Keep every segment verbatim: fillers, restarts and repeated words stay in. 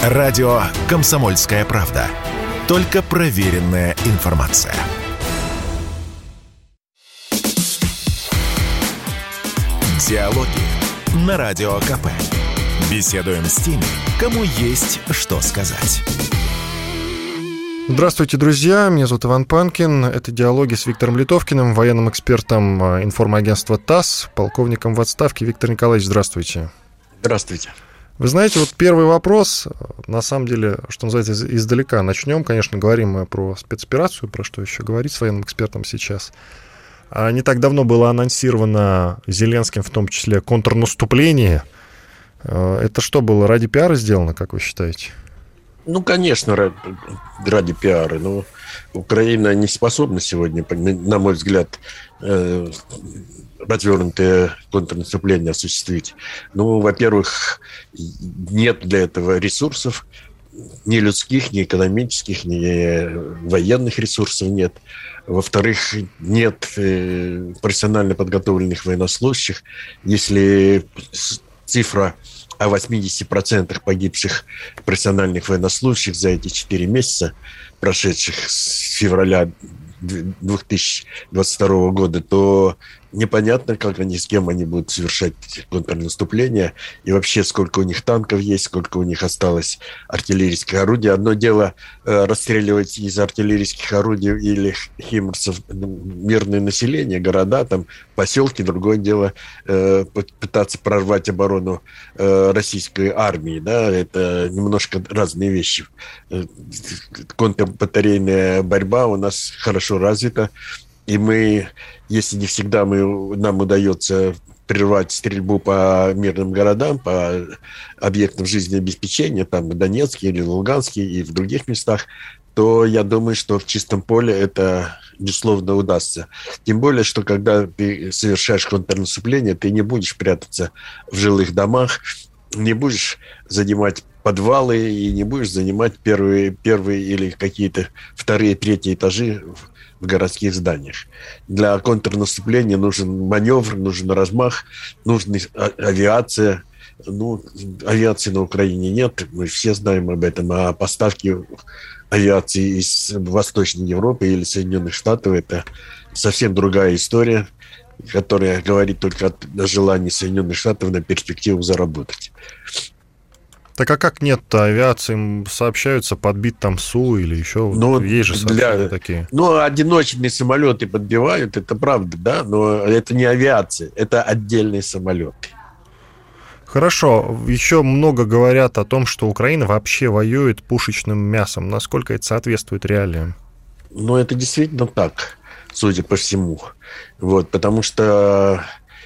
Радио «Комсомольская правда». Только проверенная информация. Диалоги на Радио КП. Беседуем с теми, кому есть что сказать. Здравствуйте, друзья. Меня зовут Иван Панкин. Это «Диалоги» с Виктором Литовкиным, военным экспертом информагентства ТАСС, полковником в отставке. Виктор Николаевич, здравствуйте. Здравствуйте. Вы знаете, вот первый вопрос, на самом деле, что называется, издалека. Начнем, конечно, говорим мы про спецоперацию, про что еще говорить с военным экспертом сейчас. Не так давно было анонсировано Зеленским, в том числе, контрнаступление. Это что было, ради пиара сделано, как вы считаете? Ну, конечно, ради, ради пиара. Но Украина не способна сегодня, на мой взгляд, развернутое контрнаступление осуществить. Ну, во-первых, нет для этого ресурсов, ни людских, ни экономических, ни военных ресурсов нет. Во-вторых, нет профессионально подготовленных военнослужащих. Если цифра о восемьдесят процентов погибших профессиональных военнослужащих за эти четыре месяца, прошедших с февраля две тысячи двадцать второго года, то непонятно, как они, с кем они будут совершать контрнаступление, и вообще сколько у них танков есть, сколько у них осталось артиллерийских орудий. Одно дело э, расстреливать из артиллерийских орудий или химарсов мирное население, города, там, поселки. Другое дело э, пытаться прорвать оборону э, российской армии. Да? Это немножко разные вещи. Контрбатарейная борьба у нас хорошо развита. И мы, если не всегда мы, нам удается прервать стрельбу по мирным городам, по объектам жизнеобеспечения, там в Донецке или Луганске и в других местах, то я думаю, что в чистом поле это, безусловно, удастся. Тем более, что когда ты совершаешь контрнаступление, ты не будешь прятаться в жилых домах, не будешь занимать подвалы и не будешь занимать первые, первые или какие-то вторые, третьи этажи в городских зданиях. Для контрнаступления нужен маневр, нужен размах, нужна авиация. Ну, авиации на Украине нет, мы все знаем об этом, а поставки авиации из Восточной Европы или Соединенных Штатов – это совсем другая история, которая говорит только о желании Соединенных Штатов на перспективу заработать. Так а как нет-то? Авиации им сообщаются, подбит там Су или еще? Ну, есть же для... такие. Ну, одиночные самолеты подбивают, это правда, да, но это не авиация, это отдельные самолеты. Хорошо. Еще много говорят о том, что Украина вообще воюет пушечным мясом. Насколько это соответствует реалиям? Ну, это действительно так, судя по всему. Вот, потому что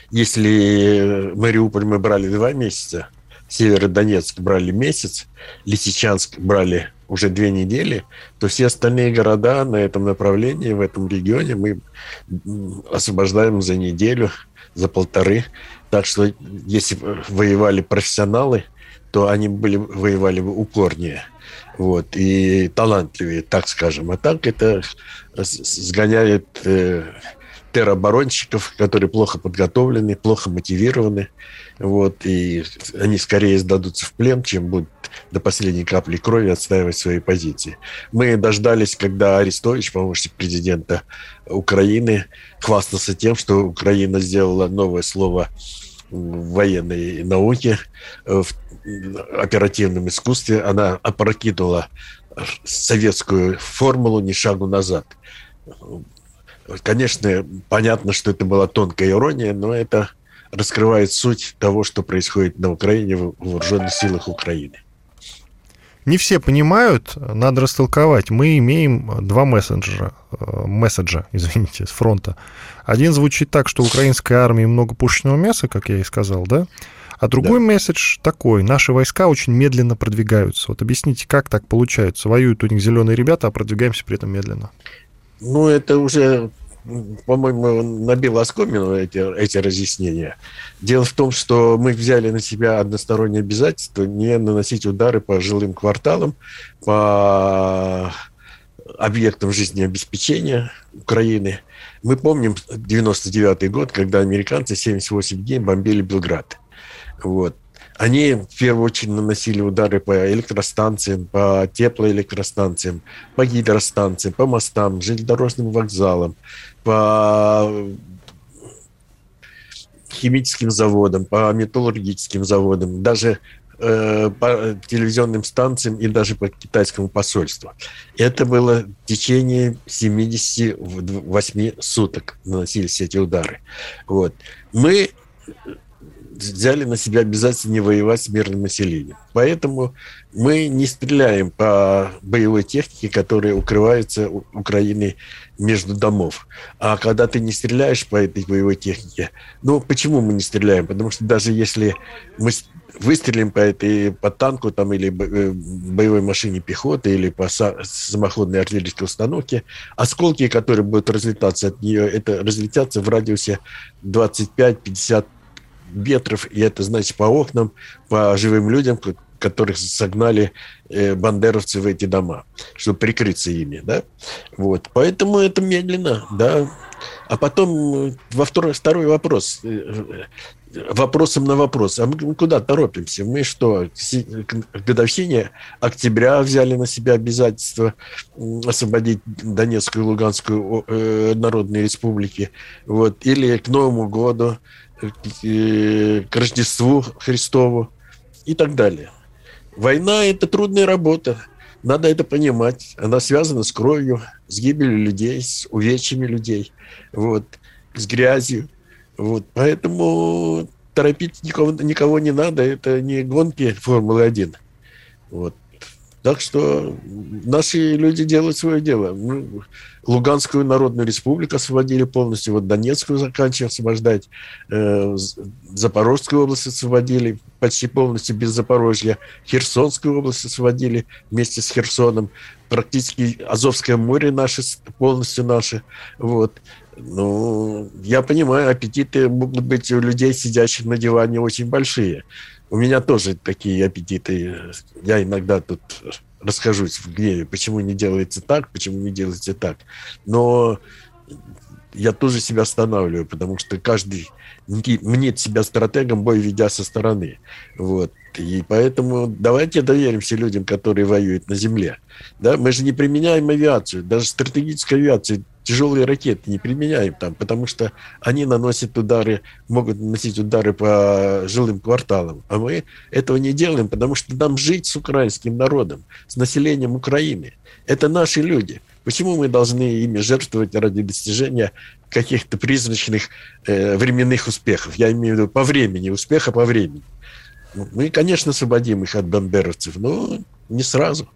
если Мариуполь мы брали два месяца, Северодонецк брали месяц, Лисичанск брали уже две недели, то все остальные города на этом направлении, в этом регионе мы освобождаем за неделю, за полторы. Так что если воевали профессионалы, то они были, воевали упорнее, вот, и талантливее, так скажем. А так это сгоняет э, тероборонщиков, которые плохо подготовлены, плохо мотивированы. Вот, и они скорее сдадутся в плен, чем будут до последней капли крови отстаивать свои позиции. Мы дождались, когда Арестович, помощник президента Украины, хвастался тем, что Украина сделала новое слово в военной науке, в оперативном искусстве. Она опрокинула советскую формулу «ни шагу назад». Конечно, понятно, что это была тонкая ирония, но это раскрывает суть того, что происходит на Украине, в вооруженных силах Украины. Не все понимают, надо растолковать. Мы имеем два мессенджера, месседжа, извините, с фронта. Один звучит так, что у украинской армии много пушечного мяса, как я и сказал, да? А другой да. месседж такой: наши войска очень медленно продвигаются. Вот объясните, как так получается? Воюют у них зеленые ребята, а продвигаемся при этом медленно. Ну, это уже, по-моему, набило оскомину эти, эти разъяснения. Дело в том, что мы взяли на себя одностороннее обязательство не наносить удары по жилым кварталам, по объектам жизнеобеспечения Украины. Мы помним девяносто девятый год, когда американцы семьдесят восемь дней бомбили Белград. Вот. Они в первую очередь наносили удары по электростанциям, по теплоэлектростанциям, по гидростанциям, по мостам, железнодорожным вокзалам, по химическим заводам, по металлургическим заводам, даже э, по телевизионным станциям и даже по китайскому посольству. Это было в течение семидесяти восьми суток наносились эти удары. Вот. Мы взяли на себя обязательство не воевать с мирным населением. Поэтому мы не стреляем по боевой технике, которая укрывается у Украины между домов. А когда ты не стреляешь по этой боевой технике, ну, почему мы не стреляем? Потому что даже если мы выстрелим по этой, по танку там, или боевой машине пехоты, или по самоходной артиллерийской установке, осколки, которые будут разлетаться от нее, это разлетятся в радиусе двадцать пять - пятьдесят метров, и это значит по окнам, по живым людям, которых согнали э, бандеровцы в эти дома, чтобы прикрыться ими, да, вот, поэтому это медленно, да, а потом во второй, второй вопрос, э, вопросом на вопрос, а мы куда торопимся, мы что, к годовщине октября взяли на себя обязательство освободить Донецкую и Луганскую э, народные республики, вот, или к Новому году, к Рождеству Христову и так далее. Война – это трудная работа. Надо это понимать. Она связана с кровью, с гибелью людей, с увечьями людей, вот, с грязью. Вот. Поэтому торопить никого, никого не надо. Это не гонки Формулы один. Вот. Так что наши люди делают свое дело. Луганскую народную республику освободили полностью, вот Донецкую заканчивали освобождать, э, Запорожскую область освободили почти полностью без Запорожья, Херсонскую область освободили вместе с Херсоном, практически Азовское море наше, полностью наше. Вот. Ну, я понимаю, аппетиты могут быть у людей, сидящих на диване, очень большие. У меня тоже такие аппетиты. Я иногда тут расхожусь в гневе, почему не делается так, почему не делается так. Но я тоже себя останавливаю, потому что каждый мнит себя стратегом, бой ведя со стороны. Вот. И поэтому давайте доверимся людям, которые воюют на земле. Да? Мы же не применяем авиацию, даже стратегическую авиацию, тяжелые ракеты не применяем там, потому что они наносят удары, могут наносить удары по жилым кварталам. А мы этого не делаем, потому что нам жить с украинским народом, с населением Украины. Это наши люди. Почему мы должны ими жертвовать ради достижения каких-то призрачных э, временных успехов? Я имею в виду по времени, успеха по времени. Мы, конечно, освободим их от бандеровцев, но не сразу.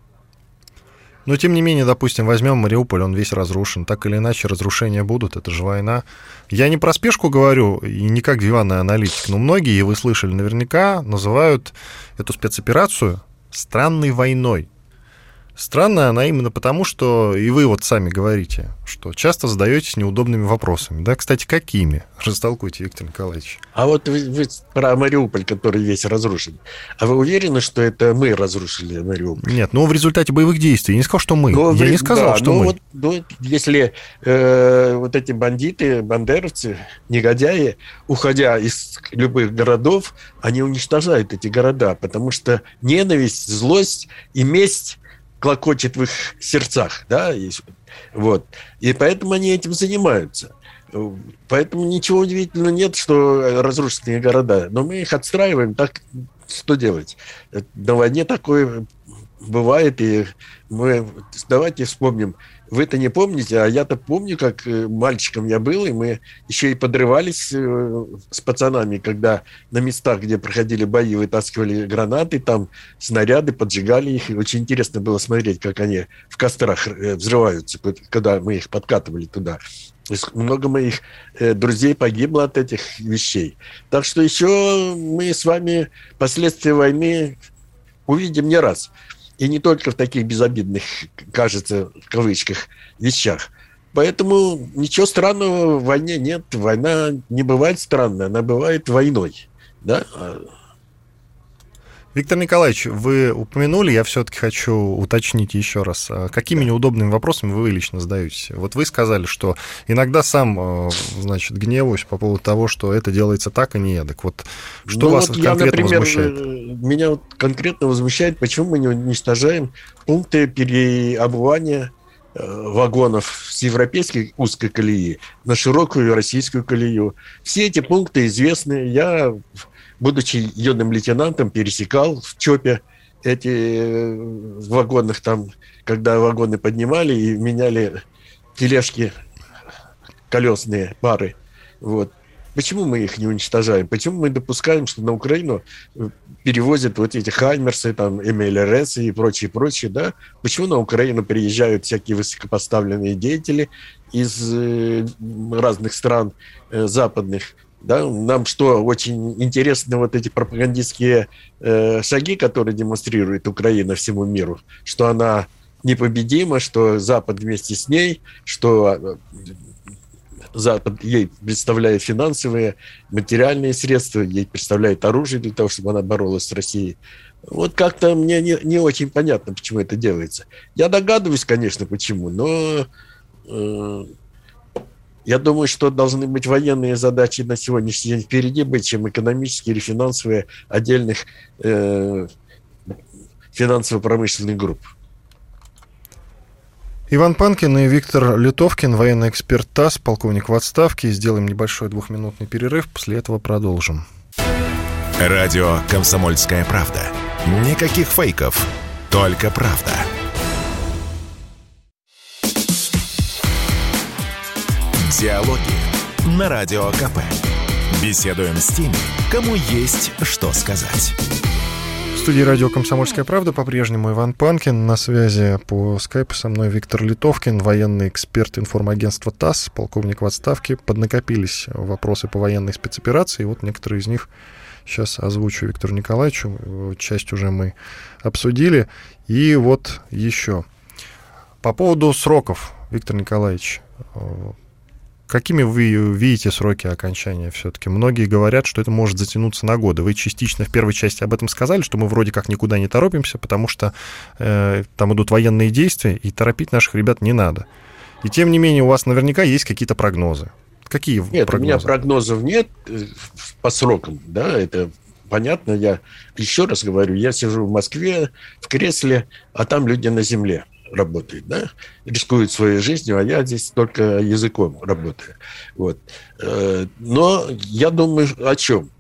Но, тем не менее, допустим, возьмем Мариуполь, он весь разрушен. Так или иначе, разрушения будут, это же война. Я не про спешку говорю, и не как диванный аналитик, но многие, и вы слышали наверняка, называют эту спецоперацию странной войной. Странная она именно потому, что, и вы вот сами говорите, что часто задаетесь неудобными вопросами. Да, кстати, какими? Растолкуйте, Виктор Николаевич. А вот вы, вы про Мариуполь, который весь разрушен. А вы уверены, что это мы разрушили Мариуполь? Нет, ну в результате боевых действий. Я не сказал, что мы. Но, Я не сказал, да, что ну, мы. Вот, ну, если э, вот эти бандиты, бандеровцы, негодяи, уходя из любых городов, они уничтожают эти города, потому что ненависть, злость и месть клокочет в их сердцах, да, и, вот, и поэтому они этим занимаются. Поэтому ничего удивительного нет, что разрушенные города, но мы их отстраиваем, так что делать? На войне такое бывает, и мы, давайте вспомним, вы-то не помните, а я-то помню, как мальчиком я был, и мы еще и подрывались с пацанами, когда на местах, где проходили бои, вытаскивали гранаты, там снаряды, поджигали их, и очень интересно было смотреть, как они в кострах взрываются, когда мы их подкатывали туда. Много моих друзей погибло от этих вещей. Так что еще мы с вами последствия войны увидим не раз. И не только в таких безобидных, кажется, в кавычках, вещах. Поэтому ничего странного в войне нет. Война не бывает странной, она бывает войной. Да? Виктор Николаевич, вы упомянули, я все-таки хочу уточнить еще раз, какими неудобными вопросами вы лично задаетесь? Вот вы сказали, что иногда сам, значит, гневаюсь по поводу того, что это делается так, а не эдак. Вот что ну, вас вот конкретно я, например, возмущает? Меня вот конкретно возмущает, почему мы не уничтожаем пункты переобувания вагонов с европейской узкой колеи на широкую российскую колею. Все эти пункты известны. Я, будучи юным лейтенантом, пересекал в ЧОПе эти вагонах, там, когда вагоны поднимали и меняли тележки колесные пары. Вот. Почему мы их не уничтожаем? Почему мы допускаем, что на Украину перевозят вот эти хаймерсы, там, эм эл эр эс и прочие, прочие, да? Почему на Украину приезжают всякие высокопоставленные деятели из э, разных стран э, западных? Да? Нам что, очень интересны вот эти пропагандистские э, шаги, которые демонстрирует Украина всему миру, что она непобедима, что Запад вместе с ней, что Запад ей представляет финансовые, материальные средства, ей представляет оружие для того, чтобы она боролась с Россией. Вот как-то мне не, не очень понятно, почему это делается. Я догадываюсь, конечно, почему, но э, я думаю, что должны быть военные задачи на сегодняшний день впереди быть, чем экономические или финансовые отдельных э, финансово-промышленных групп. Иван Панкин и Виктор Литовкин, военный эксперт ТАСС, полковник в отставке. Сделаем небольшой двухминутный перерыв, после этого продолжим. Радио «Комсомольская правда». Никаких фейков, только правда. Диалоги на Радио КП. Беседуем с теми, кому есть что сказать. В студии радио «Комсомольская правда» по-прежнему Иван Панкин. На связи по скайпу со мной Виктор Литовкин, военный эксперт информагентства ТАСС, полковник в отставке. Поднакопились вопросы по военной спецоперации. Вот некоторые из них сейчас озвучу Виктору Николаевичу. Часть уже мы обсудили. И вот еще. По поводу сроков, Виктор Николаевич, какими вы видите сроки окончания все-таки? Многие говорят, что это может затянуться на годы. Вы частично в первой части об этом сказали, что мы вроде как никуда не торопимся, потому что э, там идут военные действия, и торопить наших ребят не надо. И тем не менее у вас наверняка есть какие-то прогнозы. Какие нет, прогнозы? У меня прогнозов нет по срокам, да, это понятно. Я еще раз говорю, я сижу в Москве в кресле, а там люди на земле работают, да, рискуют своей жизнью, а я здесь только языком работаю. Вот. Но я думаю, о чем?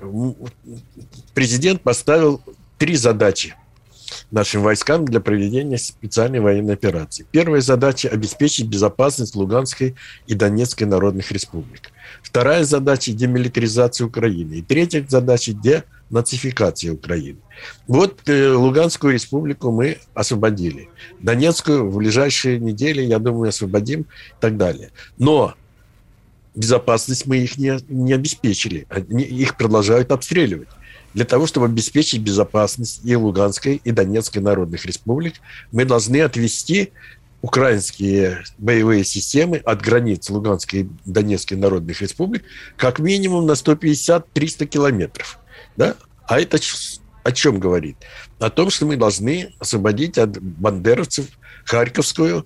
Президент поставил три задачи нашим войскам для проведения специальной военной операции. Первая задача – обеспечить безопасность Луганской и Донецкой народных республик. Вторая задача – демилитаризация Украины. И третья задача – денацификация Украины. Вот э, Луганскую республику мы освободили. Донецкую в ближайшие недели, я думаю, освободим и так далее. Но безопасность мы их не, не обеспечили. Они, их продолжают обстреливать. Для того, чтобы обеспечить безопасность и Луганской, и Донецкой народных республик, мы должны отвести украинские боевые системы от границ Луганской и Донецкой народных республик как минимум на сто пятьдесят - триста километров. Да? А это о чем говорит? О том, что мы должны освободить от бандеровцев Харьковскую,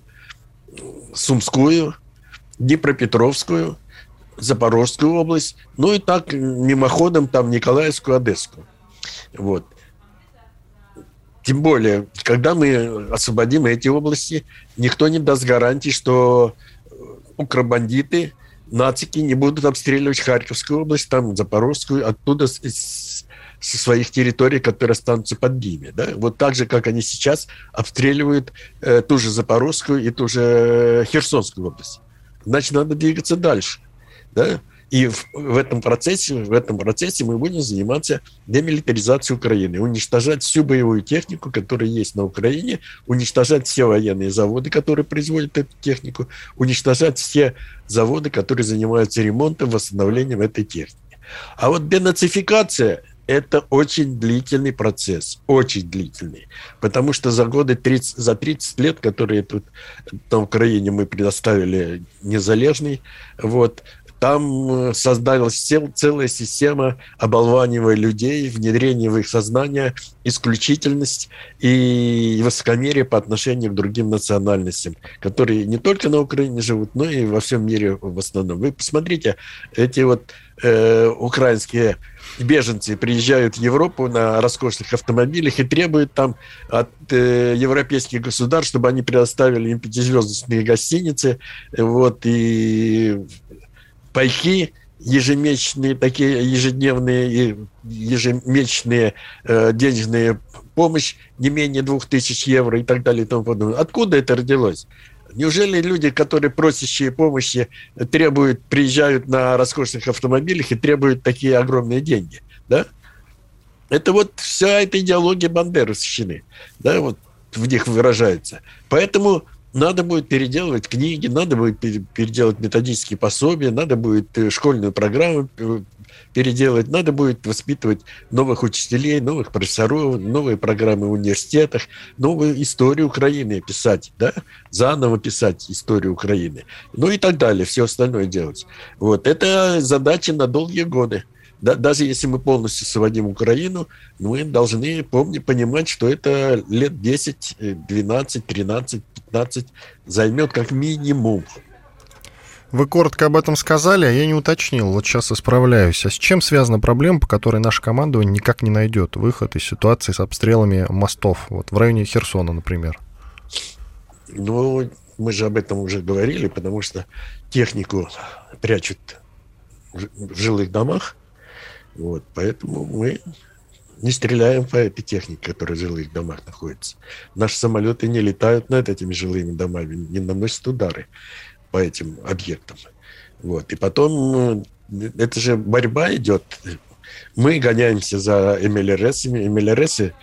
Сумскую, Днепропетровскую, Запорожскую область, ну и так мимоходом там Николаевскую, Одесскую. Вот. Тем более, когда мы освободим эти области, никто не даст гарантии, что укробандиты, нацики не будут обстреливать Харьковскую область, там Запорожскую, оттуда с, с, со своих территорий, которые останутся под ними. Да? Вот так же, как они сейчас обстреливают э, ту же Запорожскую и ту же Херсонскую область. Значит, надо двигаться дальше. Да? И в, в этом процессе, в этом процессе мы будем заниматься демилитаризацией Украины, уничтожать всю боевую технику, которая есть на Украине, уничтожать все военные заводы, которые производят эту технику, уничтожать все заводы, которые занимаются ремонтом, восстановлением этой техники. А вот денацификация – это очень длительный процесс, очень длительный, потому что за годы тридцать, за тридцать лет, которые тут на Украине мы предоставили незалежный, вот, Там создалась целая система оболванивания людей, внедрения в их сознание, исключительность и высокомерие по отношению к другим национальностям, которые не только на Украине живут, но и во всем мире в основном. Вы посмотрите, эти вот э, украинские беженцы приезжают в Европу на роскошных автомобилях и требуют там от э, европейских государств, чтобы они предоставили им пятизвездочные гостиницы, вот, и пайки ежемесячные, такие ежедневные и ежемесячные э, денежные помощь не менее двух тысяч евро и так далее и тому подобное. Откуда это родилось? Неужели люди, которые просящие помощи, требуют, приезжают на роскошных автомобилях и требуют такие огромные деньги? Да? Это вот вся эта идеология бандеровщины, да, вот в них выражается. Поэтому надо будет переделывать книги, надо будет переделать методические пособия, надо будет школьную программу переделать, надо будет воспитывать новых учителей, новых профессоров, новые программы в университетах, новую историю Украины писать, да, заново писать историю Украины, ну и так далее, все остальное делать. Вот. Это задача на долгие годы. Да, даже если мы полностью освободим Украину, мы должны помнить, понимать, что это лет десять, двенадцать, тринадцать, пятнадцать займет как минимум. Вы коротко об этом сказали, а я не уточнил. Вот сейчас исправляюсь. А с чем связана проблема, по которой наше командование никак не найдет выход из ситуации с обстрелами мостов? Вот в районе Херсона, например. Ну, мы же об этом уже говорили, потому что технику прячут в жилых домах. Вот, поэтому мы не стреляем по этой технике, которая в жилых домах находится. Наши самолеты не летают над этими жилыми домами, не наносят удары по этим объектам. Вот. И потом, это же борьба идет. Мы гоняемся за эм эл эр эсами. эм эл эр эсы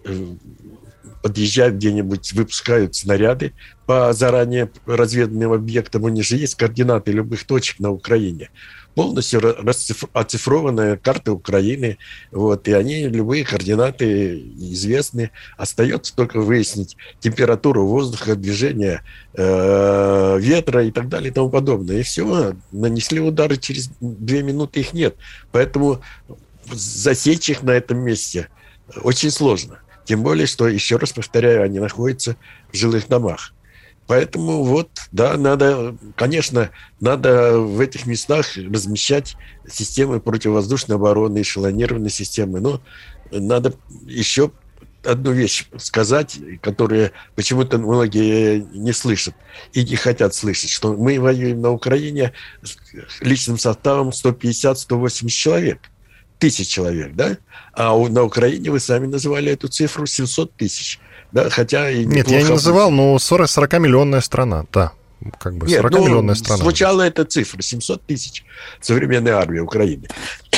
подъезжают где-нибудь, выпускают снаряды по заранее разведанным объектам. У них же есть координаты любых точек на Украине. Полностью оцифрованная карта Украины, вот, и они, любые координаты известны. Остается только выяснить температуру воздуха, движение э, ветра и так далее и тому подобное. И все, нанесли удары, через две минуты их нет. Поэтому засечь их на этом месте очень сложно. Тем более, что, еще раз повторяю, они находятся в жилых домах. Поэтому вот, да, надо, конечно, надо в этих местах размещать системы противовоздушной обороны, эшелонированные системы. Но надо еще одну вещь сказать, которую почему-то многие не слышат и не хотят слышать, что мы воюем на Украине с личным составом сто пятьдесят - сто восемьдесят человек, тысяч человек, да? А на Украине вы сами называли эту цифру семьсот тысяч. Да, хотя и Нет, я не называл, но сорокамиллионная страна, да. Как бы сорокамиллионная страна. Звучала эта цифра, семьсот тысяч современной армии Украины.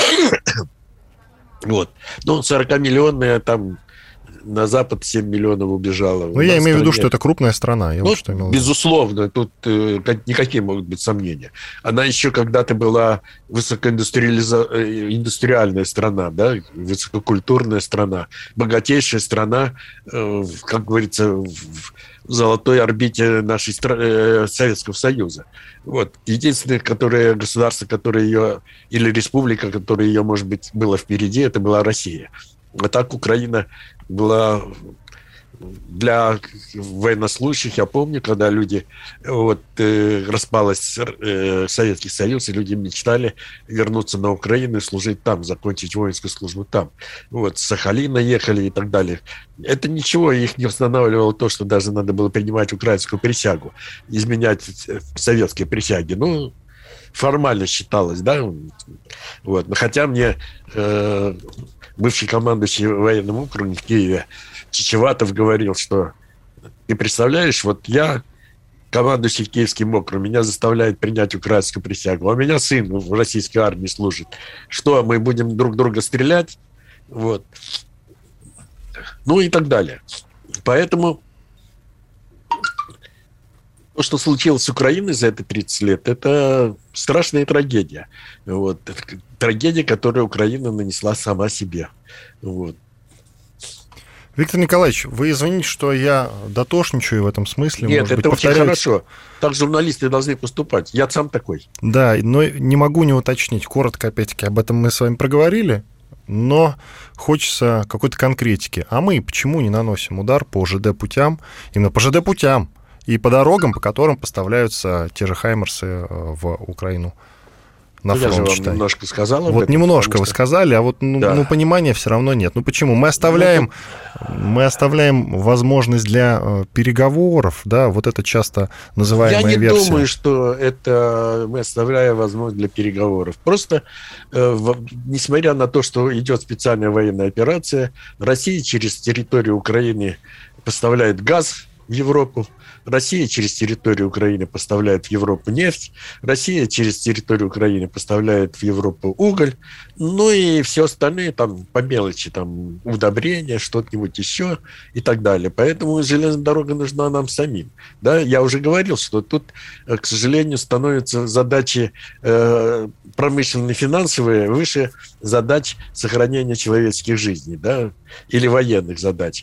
Вот. Ну, сорокамиллионная, там на Запад семь миллионов убежало. Ну, я имею в виду, что это крупная страна. Я ну, вот что имел безусловно, тут э, никакие могут быть сомнения. Она еще когда-то была высокоиндустриальная страна, да, высококультурная страна, богатейшая страна, э, как говорится, в золотой орбите нашей стра- э, Советского Союза. Вот. Единственное, которое, государство, которое ее, или республика, которая ее, может быть, было впереди, это была Россия. А так Украина была для военнослужащих, я помню, когда люди, вот, э, распалась э, Советский Союз, и люди мечтали вернуться на Украину и служить там, закончить воинскую службу там. Вот, с Сахалина ехали и так далее. Это ничего, их не останавливало то, что даже надо было принимать украинскую присягу, изменять советские присяги. Ну, формально считалось, да. Вот. Но хотя мне э, бывший командующий военным округом в Киеве Чичеватов говорил, что ты представляешь, вот я командующий Киевским округом, меня заставляет принять украинскую присягу, а у меня сын в российской армии служит. Что, мы будем друг друга стрелять? Вот. Ну и так далее. Поэтому то, что случилось с Украиной за эти тридцать лет, это страшная трагедия. Вот. Трагедия, которую Украина нанесла сама себе. Вот. Виктор Николаевич, вы извините, что я дотошничаю в этом смысле. Нет, может это быть, очень повторяюсь. хорошо. Так журналисты должны поступать. Я сам такой. Да, но не могу не уточнить. Коротко, опять-таки, об этом мы с вами проговорили, но хочется какой-то конкретики. А мы почему не наносим удар по ЖД-путям, именно по ЖД-путям и по дорогам, по которым поставляются те же «Хаймерсы» в Украину? На ну, я же вам считай. немножко сказал об Вот этом, немножко вы что... сказали, а вот ну, да. ну, понимания все равно нет. Ну почему? Мы оставляем, ну, мы оставляем возможность для э, переговоров, да, вот это часто называемая версия. Я не версия. думаю, что это мы оставляем возможность для переговоров. Просто, э, в, несмотря на то, что идет специальная военная операция, Россия через территорию Украины поставляет газ в Европу. Россия через территорию Украины поставляет в Европу нефть, Россия через территорию Украины поставляет в Европу уголь, ну и все остальные там по мелочи, там удобрения, что-нибудь еще и так далее. Поэтому железная дорога нужна нам самим. Да, я уже говорил, что тут, к сожалению, становятся задачи э, промышленно-финансовые выше задач сохранения человеческих жизней, да, или военных задач.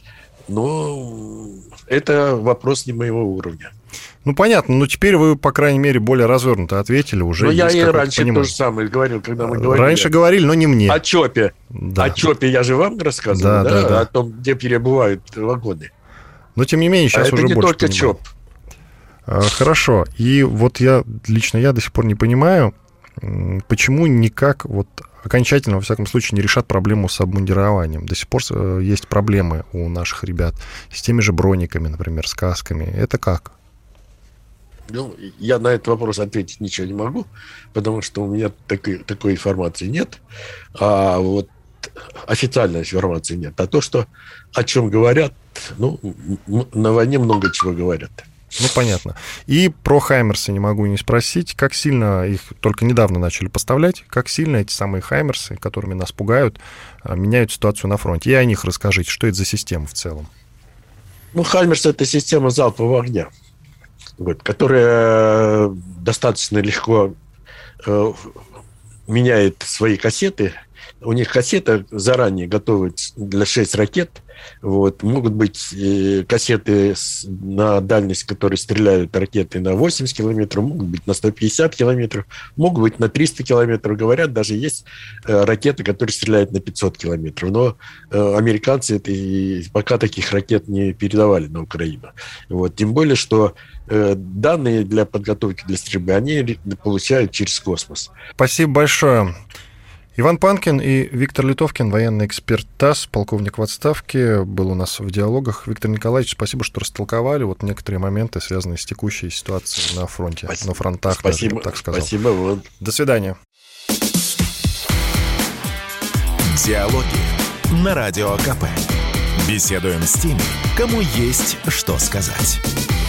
Но это вопрос не моего уровня. Ну, понятно, но теперь вы, по крайней мере, более развернуто ответили. Уже но я и раньше понимание. то же самое говорил, когда мы говорили. Раньше говорили, но не мне. О ЧОПе. Да. О ЧОПе я же вам рассказывал, да, да, да, да. о том, где перебывают вагоны. Но, тем не менее, сейчас а уже это не больше только понимаю. ЧОП. Хорошо. И вот я, лично я до сих пор не понимаю, почему никак вот окончательно, во всяком случае, не решат проблему с обмундированием. До сих пор есть проблемы у наших ребят с теми же брониками, например, с касками. Это как? Ну, я на этот вопрос ответить ничего не могу, потому что у меня такой, такой информации нет. А вот официальной информации нет. А то, что о чем говорят, ну, на войне много чего говорят. Ну, понятно. И про «Хаймерсы» не могу не спросить. Как сильно их только недавно начали поставлять, как сильно эти самые «Хаймерсы», которыми нас пугают, меняют ситуацию на фронте? И о них расскажите, что это за система в целом? Ну, «Хаймерс» — это система залпового огня, вот, которая достаточно легко э, меняет свои кассеты. У них кассета заранее готовы для шести ракет. Вот. Могут быть э, кассеты с, на дальность, которые стреляют ракеты на восемьдесят километров, могут быть на сто пятьдесят километров, могут быть на триста километров. Говорят, даже есть э, ракеты, которые стреляют на пятьсот километров. Но э, американцы это, и, пока таких ракет не передавали на Украину. Вот. Тем более, что э, данные для подготовки для стрельбы они получают через космос. Спасибо большое. Иван Панкин и Виктор Литовкин, военный эксперт ТАСС, полковник в отставке, был у нас в диалогах. Виктор Николаевич, спасибо, что растолковали вот некоторые моменты, связанные с текущей ситуацией на фронте, спасибо. на фронтах, спасибо. даже, я бы так сказал. Спасибо вам. До свидания. Диалоги на Радио КП. Беседуем с теми, кому есть что сказать.